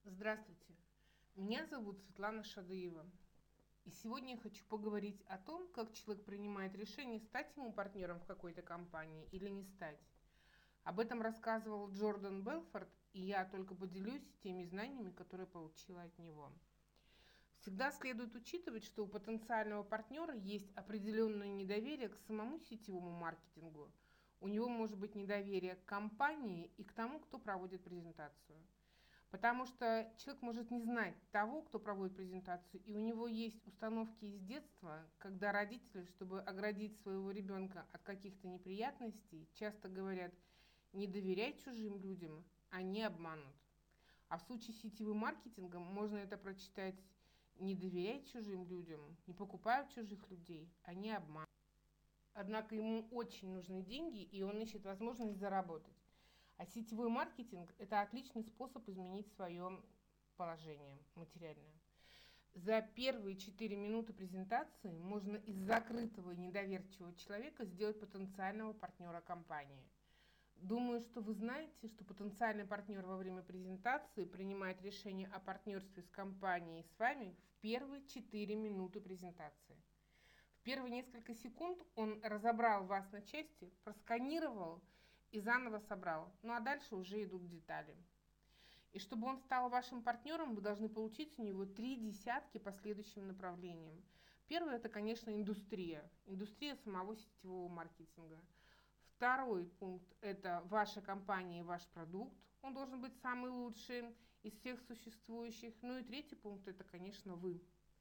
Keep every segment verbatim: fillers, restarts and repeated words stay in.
Здравствуйте, меня зовут Светлана Шадыева, и сегодня я хочу поговорить о том, как человек принимает решение стать ему партнером в какой-то компании или не стать. Об этом рассказывал Джордан Белфорд, и я только поделюсь теми знаниями, которые получила от него. Всегда следует учитывать, что у потенциального партнера есть определенное недоверие к самому сетевому маркетингу. У него может быть недоверие к компании и к тому, кто проводит презентацию. Потому что человек может не знать того, кто проводит презентацию, и у него есть установки из детства, когда родители, чтобы оградить своего ребенка от каких-то неприятностей, часто говорят: не доверяй чужим людям, они обманут. А в случае с сетевым маркетингом можно это прочитать: не доверяй чужим людям, не покупай у чужих людей, они обманут. Однако ему очень нужны деньги, и он ищет возможность заработать. А сетевой маркетинг – это отличный способ изменить свое положение материальное. За первые четыре минуты презентации можно из закрытого и недоверчивого человека сделать потенциального партнера компании. Думаю, что вы знаете, что потенциальный партнер во время презентации принимает решение о партнерстве с компанией с вами в первые четыре минуты презентации. В первые несколько секунд он разобрал вас на части, просканировал и заново собрал. Ну а дальше уже идут детали. И чтобы он стал вашим партнером, вы должны получить у него три десятки по следующим направлениям. Первое – это, конечно, индустрия. Индустрия самого сетевого маркетинга. Второй пункт – это ваша компания и ваш продукт. Он должен быть самый лучший из всех существующих. Ну и третий пункт – это, конечно, вы.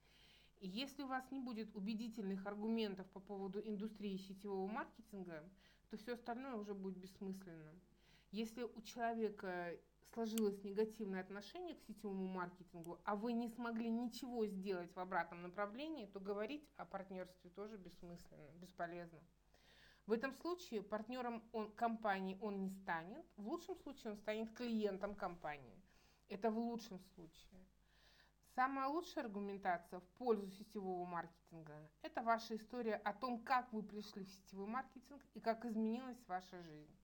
И если у вас не будет убедительных аргументов по поводу индустрии сетевого маркетинга, то все остальное уже будет бессмысленным. Если у человека сложилось негативное отношение к сетевому маркетингу, а вы не смогли ничего сделать в обратном направлении, то говорить о партнерстве тоже бессмысленно, бесполезно. В этом случае партнером он, компании он не станет, в лучшем случае он станет клиентом компании. Это в лучшем случае. Самая лучшая аргументация в пользу сетевого маркетинга – это ваша история о том, как вы пришли в сетевой маркетинг и как изменилась ваша жизнь.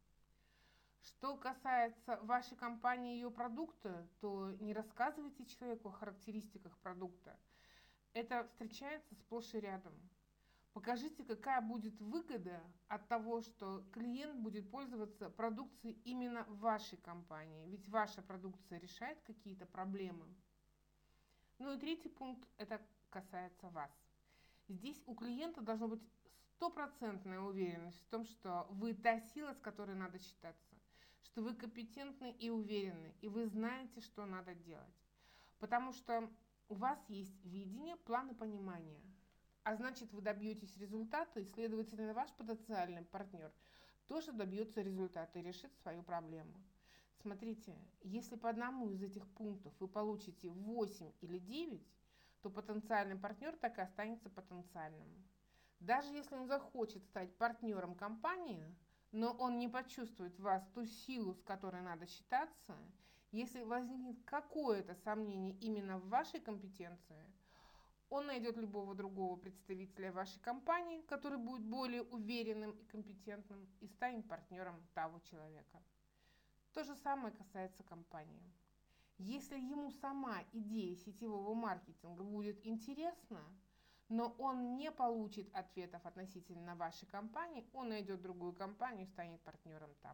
Что касается вашей компании и ее продукта, то не рассказывайте человеку о характеристиках продукта. Это встречается сплошь и рядом. Покажите, какая будет выгода от того, что клиент будет пользоваться продукцией именно вашей компании, ведь ваша продукция решает какие-то проблемы. Ну и третий пункт, это касается вас. Здесь у клиента должна быть стопроцентная уверенность в том, что вы та сила, с которой надо считаться, что вы компетентны и уверены, и вы знаете, что надо делать. Потому что у вас есть видение, план и понимание. А значит, вы добьетесь результата, и, следовательно, ваш потенциальный партнер тоже добьется результата и решит свою проблему. Смотрите, если по одному из этих пунктов вы получите восемь или девять, то потенциальный партнер так и останется потенциальным. Даже если он захочет стать партнером компании, но он не почувствует в вас ту силу, с которой надо считаться, если возникнет какое-то сомнение именно в вашей компетенции, он найдет любого другого представителя вашей компании, который будет более уверенным и компетентным, и станет партнером того человека. То же самое касается компании. Если ему сама идея сетевого маркетинга будет интересна, но он не получит ответов относительно вашей компании, он найдет другую компанию и станет партнером там.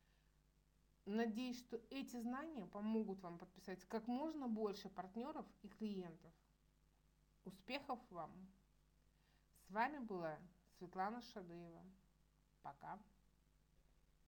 Надеюсь, что эти знания помогут вам подписать как можно больше партнеров и клиентов. Успехов вам! С вами была Светлана Шадыева. Пока!